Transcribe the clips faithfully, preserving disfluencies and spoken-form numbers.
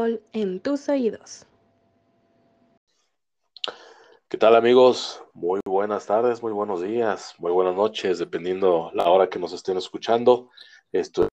fútbol en tus oídos. ¿Qué tal, amigos? Muy buenas tardes, muy buenos días, muy buenas noches, dependiendo la hora que nos estén escuchando. Esto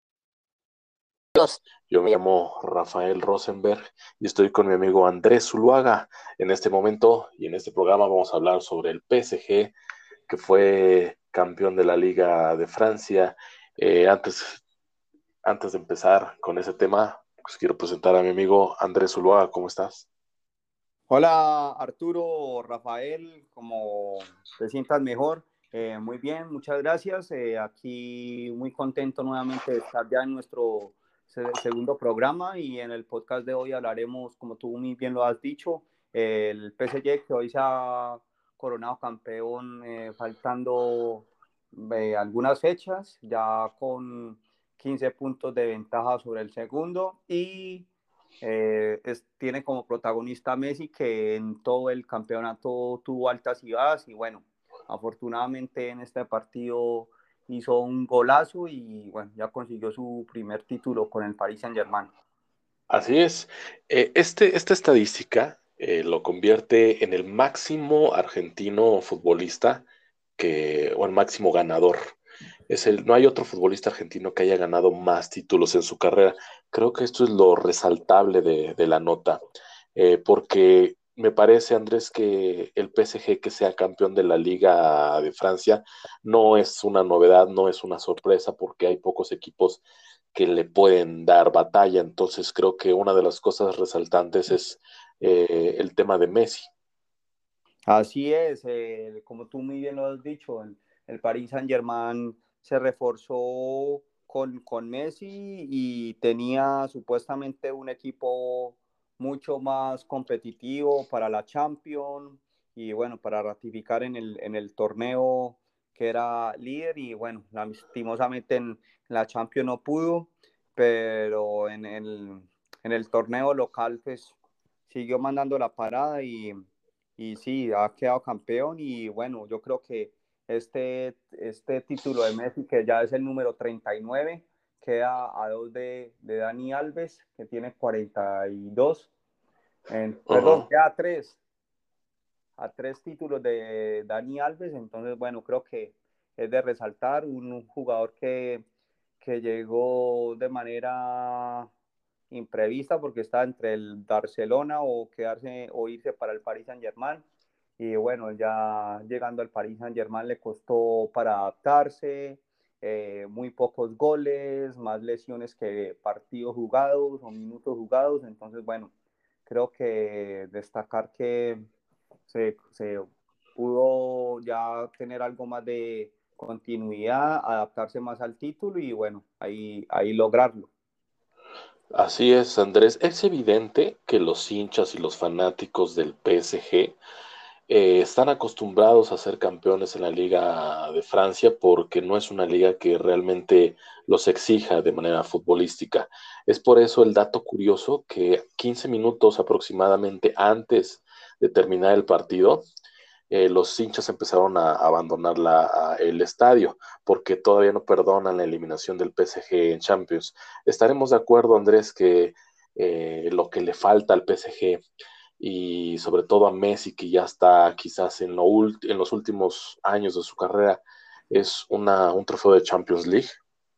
Yo me llamo Rafael Rosenberg y estoy con mi amigo Andrés Zuluaga. En este momento y en este programa vamos a hablar sobre el P S G, que fue campeón de la Liga de Francia. Eh, antes, antes de empezar con ese tema, pues quiero presentar a mi amigo Andrés Zuluaga. ¿Cómo estás? Hola Arturo, Rafael, como te sientas mejor. Eh, muy bien, muchas gracias. Eh, aquí muy contento nuevamente de estar ya en nuestro se- segundo programa y en el podcast de hoy hablaremos, como tú muy bien lo has dicho, el P S G que hoy se ha coronado campeón eh, faltando eh, algunas fechas, ya con quince puntos de ventaja sobre el segundo y eh, es, tiene como protagonista a Messi, que en todo el campeonato tuvo altas y bajas y bueno, afortunadamente en este partido hizo un golazo y bueno, ya consiguió su primer título con el Paris Saint-Germain. Así es. Eh, este, esta estadística eh, lo convierte en el máximo argentino futbolista que, o el máximo ganador. Es el, no hay otro futbolista argentino que haya ganado más títulos en su carrera. Creo que esto es lo resaltable de, de la nota, eh, porque me parece, Andrés, que el P S G que sea campeón de la Liga de Francia no es una novedad, no es una sorpresa, porque hay pocos equipos que le pueden dar batalla. Entonces creo que una de las cosas resaltantes es eh, el tema de Messi. Así es, eh, como tú muy bien lo has dicho, el, el Paris Saint-Germain se reforzó con, con Messi y tenía supuestamente un equipo mucho más competitivo para la Champions y bueno, para ratificar en el, en el torneo que era líder y bueno, lastimosamente en la Champions no pudo, pero en el, en el torneo local pues siguió mandando la parada y y sí, ha quedado campeón y bueno, yo creo que este, este título de Messi, que ya es el número treinta y nueve, queda a dos de, de Dani Alves, que tiene cuarenta y dos. En, perdón, Ajá. queda a tres, a tres títulos de Dani Alves, entonces bueno, creo que es de resaltar un jugador que, que llegó de manera imprevista porque está entre el Barcelona o quedarse o irse para el Paris Saint-Germain. Y bueno, ya llegando al Paris Saint-Germain le costó para adaptarse, eh, muy pocos goles, más lesiones que partidos jugados o minutos jugados. Entonces, bueno, creo que destacar que se, se pudo ya tener algo más de continuidad, adaptarse más al título y bueno, ahí, ahí lograrlo. Así es, Andrés. Es evidente que los hinchas y los fanáticos del P S G eh, están acostumbrados a ser campeones en la Liga de Francia porque no es una liga que realmente los exija de manera futbolística. Es por eso el dato curioso que quince minutos aproximadamente antes de terminar el partido, eh, los hinchas empezaron a, a abandonar la, a, el estadio porque todavía no perdonan la eliminación del P S G en Champions. Estaremos de acuerdo, Andrés, que eh, lo que le falta al P S G y sobre todo a Messi, que ya está quizás en, lo en los últimos años de su carrera, es una, un trofeo de Champions League.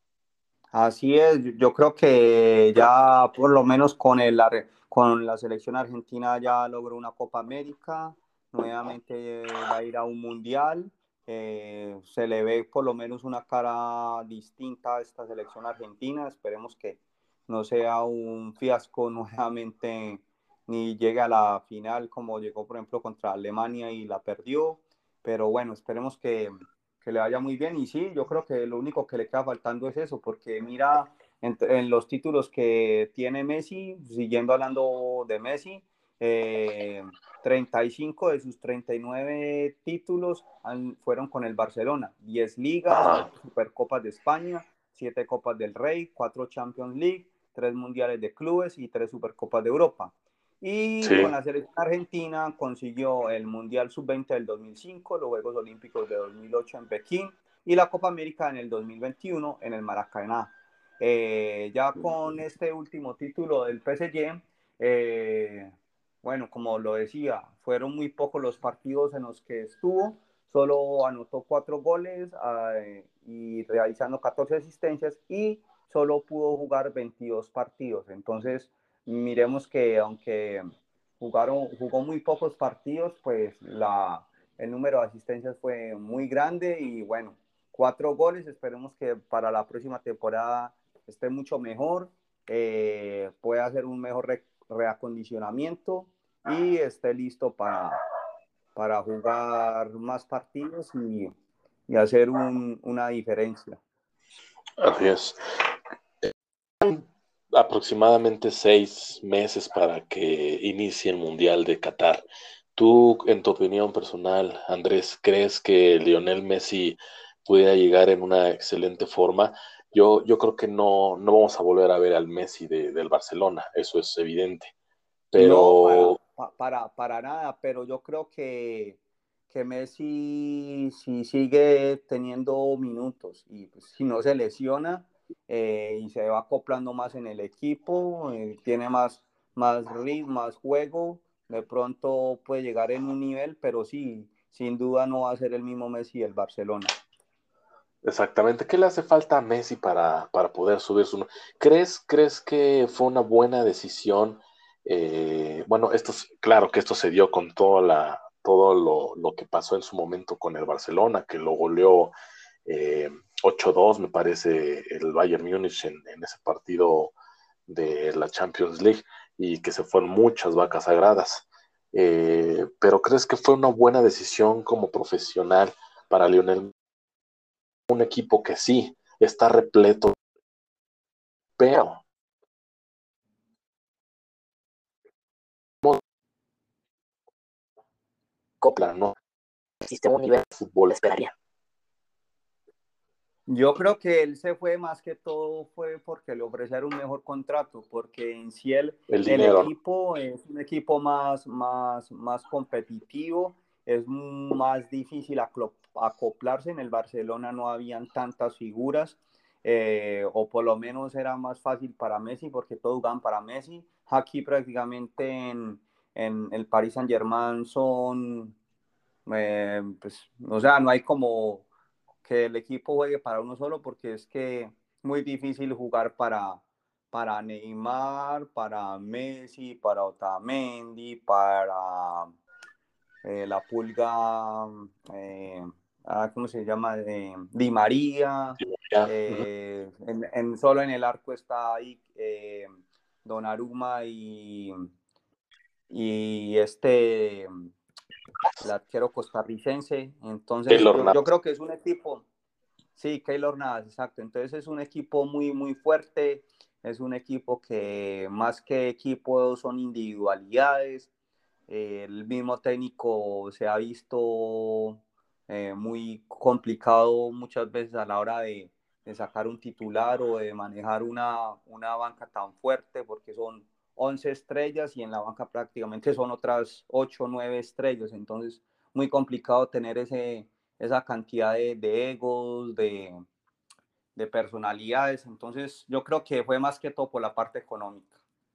Así es, yo creo que ya por lo menos con, el, con la selección argentina ya logró una Copa América, nuevamente va a ir a un mundial, eh, se le ve por lo menos una cara distinta a esta selección argentina, esperemos que no sea un fiasco nuevamente ni llegue a la final como llegó por ejemplo contra Alemania y la perdió, pero bueno, esperemos que que le vaya muy bien. Y sí, yo creo que lo único que le queda faltando es eso, porque mira en, en los títulos que tiene Messi, siguiendo hablando de Messi, eh, treinta y cinco de sus treinta y nueve títulos han, fueron con el Barcelona, diez ligas, Ajá. ocho Supercopas de España, siete Copas del Rey, cuatro Champions League, tres Mundiales de Clubes y tres Supercopas de Europa. Y Sí. con la selección argentina consiguió el Mundial sub veinte del dos mil cinco, los Juegos Olímpicos de dos mil ocho en Pekín y la Copa América en el dos mil veintiuno en el Maracaná. Eh, ya con este último título del P S G, Eh, bueno, como lo decía, fueron muy pocos los partidos en los que estuvo, solo anotó cuatro goles eh, y realizando catorce asistencias y solo pudo jugar veintidós partidos. Entonces, miremos que aunque jugaron, jugó muy pocos partidos, pues la, el número de asistencias fue muy grande y bueno, cuatro goles, esperemos que para la próxima temporada esté mucho mejor, eh, pueda hacer un mejor re reacondicionamiento y esté listo para, para jugar más partidos y, y hacer un, una diferencia. Así es. Aproximadamente seis meses para que inicie el Mundial de Qatar. ¿Tú, en tu opinión personal, Andrés, crees que Lionel Messi pudiera llegar en una excelente forma? Yo, yo creo que no, no vamos a volver a ver al Messi de, del Barcelona, eso es evidente. No, para, Pero para, para nada, pero yo creo que, que Messi si sigue teniendo minutos y pues, si no se lesiona eh, y se va acoplando más en el equipo, eh, tiene más, más ritmo, más juego, de pronto puede llegar en un nivel, pero sí, sin duda no va a ser el mismo Messi del Barcelona. exactamente, ¿qué le hace falta a Messi para, para poder subir su... ¿Crees, crees que fue una buena decisión? Eh, bueno, esto es- claro que esto se dio con toda la, todo lo, lo que pasó en su momento con el Barcelona, que lo goleó eh, ocho dos, me parece, el Bayern Múnich en, en ese partido de la Champions League, y que se fueron muchas vacas sagradas. Eh, pero ¿crees que fue una buena decisión como profesional para Lionel, un equipo que sí está repleto, pero copla, no existe un nivel de fútbol, esperaría. Yo creo que él se fue más que todo fue porque le ofrecieron un mejor contrato, porque en sí el, El el dinero, ¿no? equipo es un equipo más, más, más competitivo, es más difícil acoplarse. En el Barcelona no habían tantas figuras, eh, o por lo menos era más fácil para Messi porque todos jugaban para Messi. Aquí prácticamente en, en el Paris Saint-Germain son, eh, pues, o sea, no hay como que el equipo juegue para uno solo porque es que es muy difícil jugar para, para Neymar, para Messi, para Otamendi, para eh, la Pulga, eh, ah, ¿cómo se llama? Eh, Di María. Ya, uh-huh. Eh, en, en, solo en el arco está ahí eh, Donnarumma y, y este, el arquero costarricense. Entonces Taylor yo, yo Navas. creo que es un equipo. Sí, Keylor Navas, exacto. Entonces es un equipo muy, muy fuerte. Es un equipo que más que equipo son individualidades. Eh, el mismo técnico se ha visto eh, muy complicado muchas veces a la hora de, de sacar un titular o de manejar una, una banca tan fuerte porque son once estrellas y en la banca prácticamente son otras ocho o nueve estrellas. Entonces, muy complicado tener ese, esa cantidad de, de egos, de, de personalidades. Entonces, yo creo que fue más que todo por la parte económica.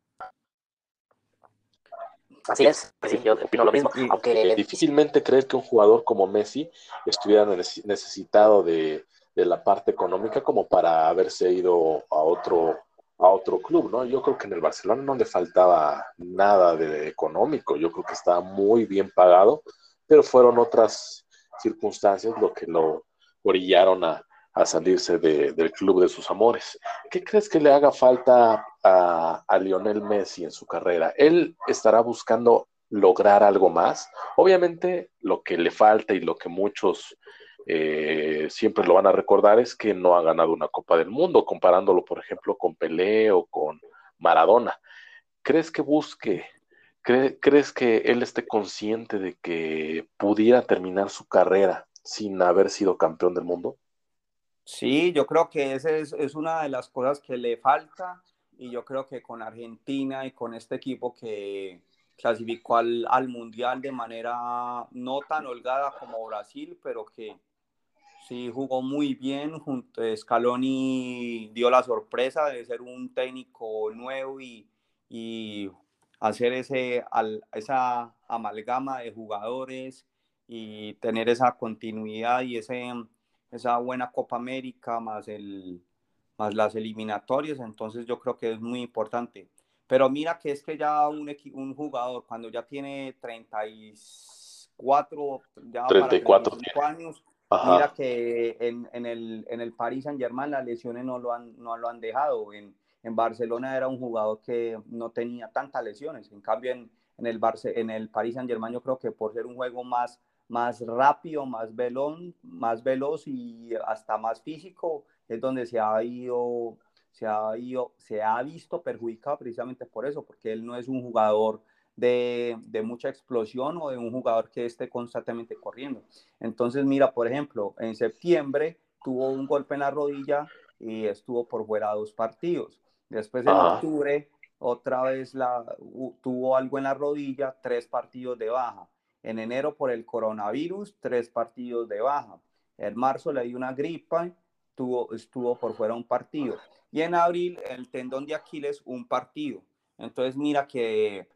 Así es, pues sí, yo opino lo mismo, Y, aunque difícilmente creer que un jugador como Messi estuviera necesitado de, de la parte económica como para haberse ido a otro, a otro club, ¿no? Yo creo que en el Barcelona no le faltaba nada de económico, yo creo que estaba muy bien pagado, pero fueron otras circunstancias lo que lo orillaron a, a salirse de, del club de sus amores. ¿Qué crees que le haga falta a, a Lionel Messi en su carrera? ¿Él estará buscando lograr algo más? Obviamente lo que le falta y lo que muchos eh, siempre lo van a recordar es que no ha ganado una Copa del Mundo, comparándolo por ejemplo con Pelé o con Maradona. ¿Crees que busque, cre, crees que él esté consciente de que pudiera terminar su carrera sin haber sido campeón del mundo? Sí, yo creo que esa es, es una de las cosas que le falta y yo creo que con Argentina y con este equipo que clasificó al, al Mundial de manera no tan holgada como Brasil, pero que sí jugó muy bien. Junto, Scaloni dio la sorpresa de ser un técnico nuevo y, y hacer ese, al, esa amalgama de jugadores y tener esa continuidad y ese, esa buena Copa América más, el, más las eliminatorias, entonces yo creo que es muy importante. Pero mira que es que ya un, un jugador cuando ya tiene treinta y cuatro, ya treinta para y treinta y cuatro cinco tiene. años, mira Ajá. que en, en, el, en el Paris Saint-Germain las lesiones no lo han, no lo han dejado. En, en Barcelona era un jugador que no tenía tantas lesiones. En cambio, en, en, el, Barce en el Paris Saint-Germain yo creo que por ser un juego más, más rápido, más velón, más veloz y hasta más físico, es donde se ha ido, se ha ido, se ha visto perjudicado precisamente por eso, porque él no es un jugador de, de mucha explosión o de un jugador que esté constantemente corriendo. Entonces, mira, por ejemplo, en septiembre tuvo un golpe en la rodilla y estuvo por fuera dos partidos. Después en Ajá. octubre otra vez la, uh, tuvo algo en la rodilla, tres partidos de baja. En enero por el coronavirus, tres partidos de baja. En marzo le dio una gripa, tuvo, estuvo por fuera un partido. Y en abril el tendón de Aquiles, un partido. Entonces mira que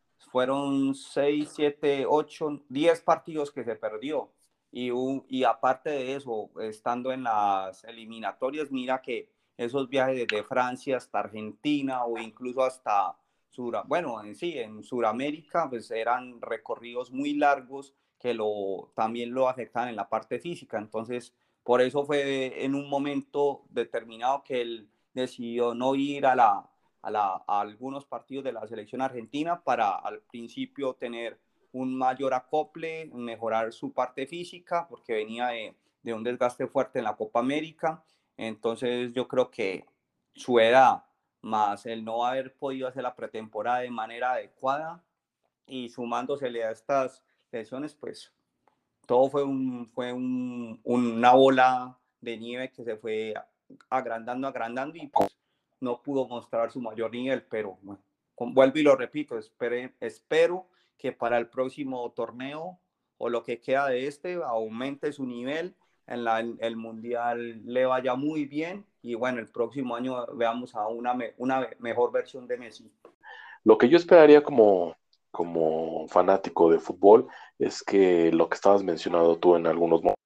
fueron seis, siete, ocho, diez partidos que se perdió. Y, un, y aparte de eso, estando en las eliminatorias, mira que esos viajes desde Francia hasta Argentina o incluso hasta Sur, bueno, en sí, en Sudamérica, pues eran recorridos muy largos que lo, también lo afectaban en la parte física. Entonces, por eso fue en un momento determinado que él decidió no ir a la, a, la, a algunos partidos de la selección argentina para al principio tener un mayor acople, mejorar su parte física, porque venía de, de un desgaste fuerte en la Copa América. Entonces yo creo que su edad, más el no haber podido hacer la pretemporada de manera adecuada y sumándosele a estas lesiones, pues todo fue, un, fue un, una bola de nieve que se fue agrandando, agrandando y pues no pudo mostrar su mayor nivel, pero bueno, vuelvo y lo repito, espere, espero que para el próximo torneo o lo que queda de este aumente su nivel, en la, el mundial le vaya muy bien y bueno, el próximo año veamos a una, una mejor versión de Messi. Lo que yo esperaría como, como fanático de fútbol es que lo que estabas mencionando tú en algunos momentos,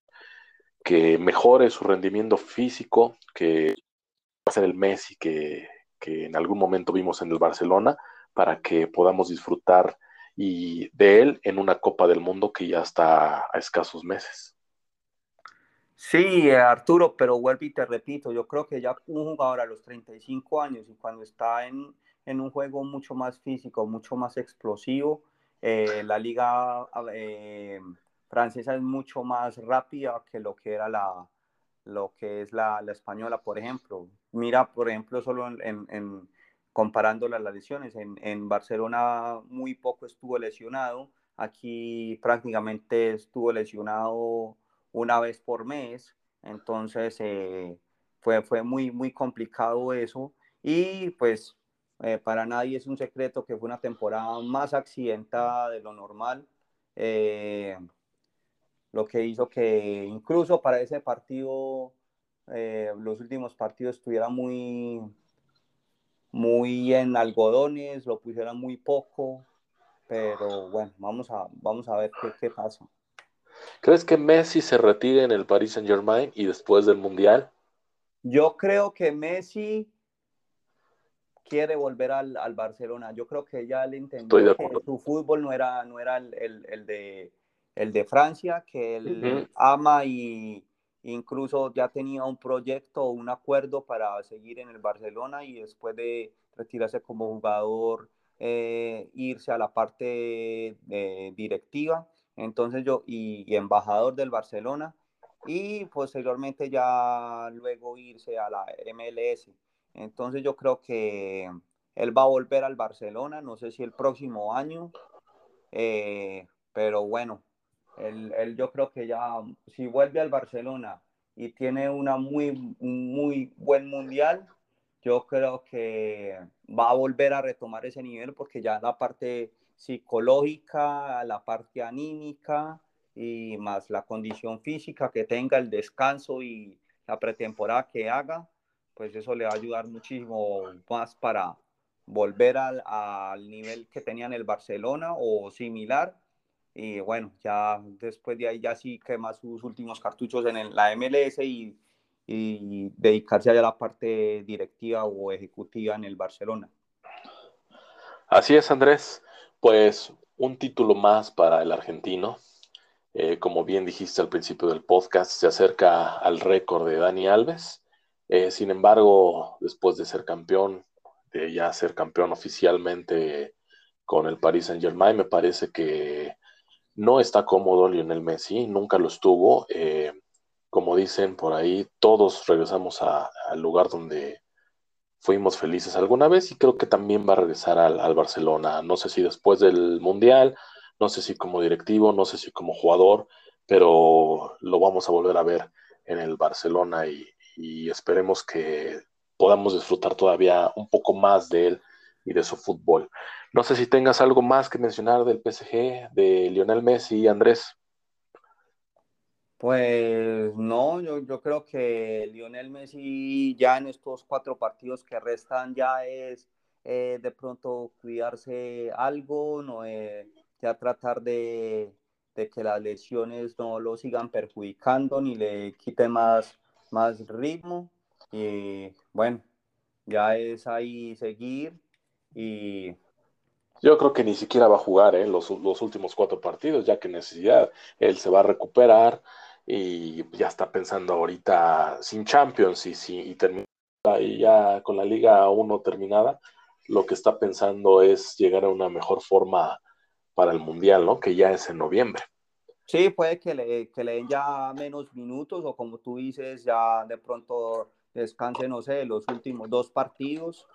que mejore su rendimiento físico, que va a ser el Messi que, que en algún momento vimos en el Barcelona, para que podamos disfrutar y de él en una Copa del Mundo que ya está a escasos meses. Sí, Arturo, pero vuelvo y te repito, yo creo que ya un jugador a los treinta y cinco años y cuando está en, en un juego mucho más físico, mucho más explosivo, eh, la liga eh, francesa es mucho más rápida que lo que era la, lo que es la, la española, por ejemplo. Mira, por ejemplo, solo en, en, en comparándola a las lesiones, en, en Barcelona muy poco estuvo lesionado, aquí prácticamente estuvo lesionado una vez por mes, entonces eh, fue, fue muy, muy complicado eso y pues eh, para nadie es un secreto que fue una temporada más accidentada de lo normal, eh, lo que hizo que incluso para ese partido, eh, los últimos partidos estuviera muy, muy en algodones, lo pusieran muy poco, pero bueno, vamos a, vamos a ver qué, qué pasa. ¿Crees que Messi se retire en el Paris Saint-Germain y después del Mundial? Yo creo que Messi quiere volver al, al, Barcelona. Yo creo que ya le Estoy de entendió que acuerdo. su fútbol no era, no era el, el, el, de, el de Francia, que Ujú. él ama y incluso ya tenía un proyecto, un acuerdo para seguir en el Barcelona y después de retirarse como jugador, eh, irse a la parte eh, directiva. Entonces yo, y, y embajador del Barcelona, y posteriormente ya luego irse a la M L S. Entonces yo creo que él va a volver al Barcelona, no sé si el próximo año, eh, pero bueno, él, él, yo creo que ya si vuelve al Barcelona y tiene una muy, un muy buen mundial, yo creo que va a volver a retomar ese nivel porque ya la parte psicológica, la parte anímica y más la condición física que tenga, el descanso y la pretemporada que haga, pues eso le va a ayudar muchísimo más para, volver al, al nivel que tenían el Barcelona o similar. Y bueno, ya después de ahí ya sí quema sus últimos cartuchos en el, la M L S y, y dedicarse allá a la parte directiva o ejecutiva en el Barcelona. Así es, Andrés. Pues un título más para el argentino. Eh, como bien dijiste al principio del podcast, se acerca al récord de Dani Alves. Eh, sin embargo, después de ser campeón, de ya ser campeón oficialmente con el Paris Saint-Germain, me parece que no está cómodo Lionel Messi, nunca lo estuvo. Eh, como dicen por ahí, todos regresamos a- al lugar donde fuimos felices alguna vez y creo que también va a regresar al, al Barcelona. No sé si después del Mundial, no sé si como directivo, no sé si como jugador, pero lo vamos a volver a ver en el Barcelona y, y esperemos que podamos disfrutar todavía un poco más de él y de su fútbol. No sé si tengas algo más que mencionar del P S G, de Lionel Messi y Andrés. Pues no, yo, yo creo que Lionel Messi ya en estos cuatro partidos que restan ya es eh, de pronto cuidarse algo, no eh, ya tratar de, de que las lesiones no lo sigan perjudicando ni le quite más, más ritmo. Y bueno, ya es ahí seguir y Yo creo que ni siquiera va a jugar ¿eh? los, los últimos cuatro partidos, ya que necesidad. Él se va a recuperar y ya está pensando ahorita sin Champions y, si, y, termina, y ya con la Liga uno terminada, lo que está pensando es llegar a una mejor forma para el Mundial, ¿no? Que ya es en noviembre. sí, puede que le, que le den ya menos minutos o como tú dices, ya de pronto descanse, no sé, los últimos dos partidos.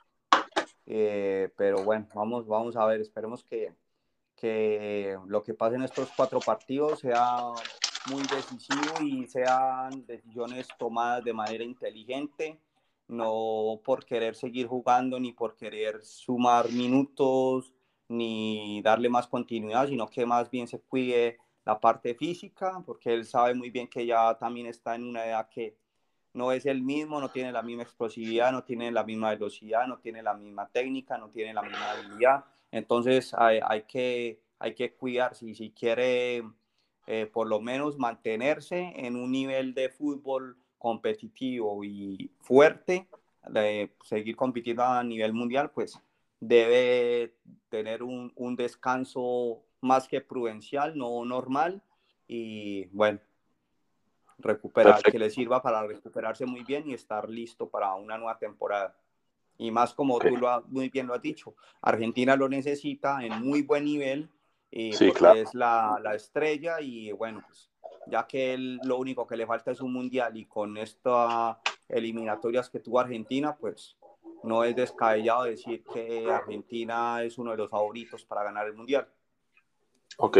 Eh, pero bueno, vamos, vamos a ver, esperemos que, que lo que pase en estos cuatro partidos sea muy decisivo y sean decisiones tomadas de manera inteligente, no por querer seguir jugando ni por querer sumar minutos ni darle más continuidad, sino que más bien se cuide la parte física, porque él sabe muy bien que ya también está en una edad que no es el mismo, no tiene la misma explosividad, no tiene la misma velocidad, no tiene la misma técnica, no tiene la misma habilidad. Entonces hay, hay que, hay que cuidarse y si quiere eh, por lo menos mantenerse en un nivel de fútbol competitivo y fuerte, de seguir compitiendo a nivel mundial, pues debe tener un, un descanso más que prudencial, no normal. Y bueno, recuperar, que Perfecto. le sirva para recuperarse muy bien y estar listo para una nueva temporada. Y más como tú Okay. lo ha, muy bien lo has dicho, Argentina lo necesita en muy buen nivel eh, Sí, porque claro. es la, la estrella y bueno, pues ya que él, lo único que le falta es un mundial y con estas eliminatorias que tuvo Argentina, pues no es descabellado decir que Argentina es uno de los favoritos para ganar el mundial. Ok.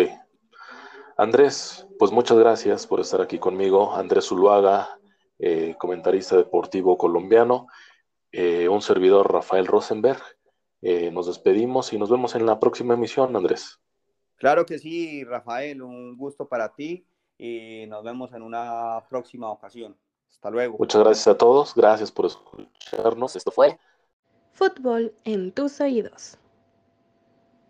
Andrés, pues muchas gracias por estar aquí conmigo. Andrés Zuluaga, eh, comentarista deportivo colombiano. Eh, un servidor Rafael Rosenberg. Eh, nos despedimos y nos vemos en la próxima emisión, Andrés. Claro que sí, Rafael, un gusto para ti y nos vemos en una próxima ocasión. Hasta luego. Muchas gracias a todos, gracias por escucharnos. Esto fue Fútbol en tus oídos.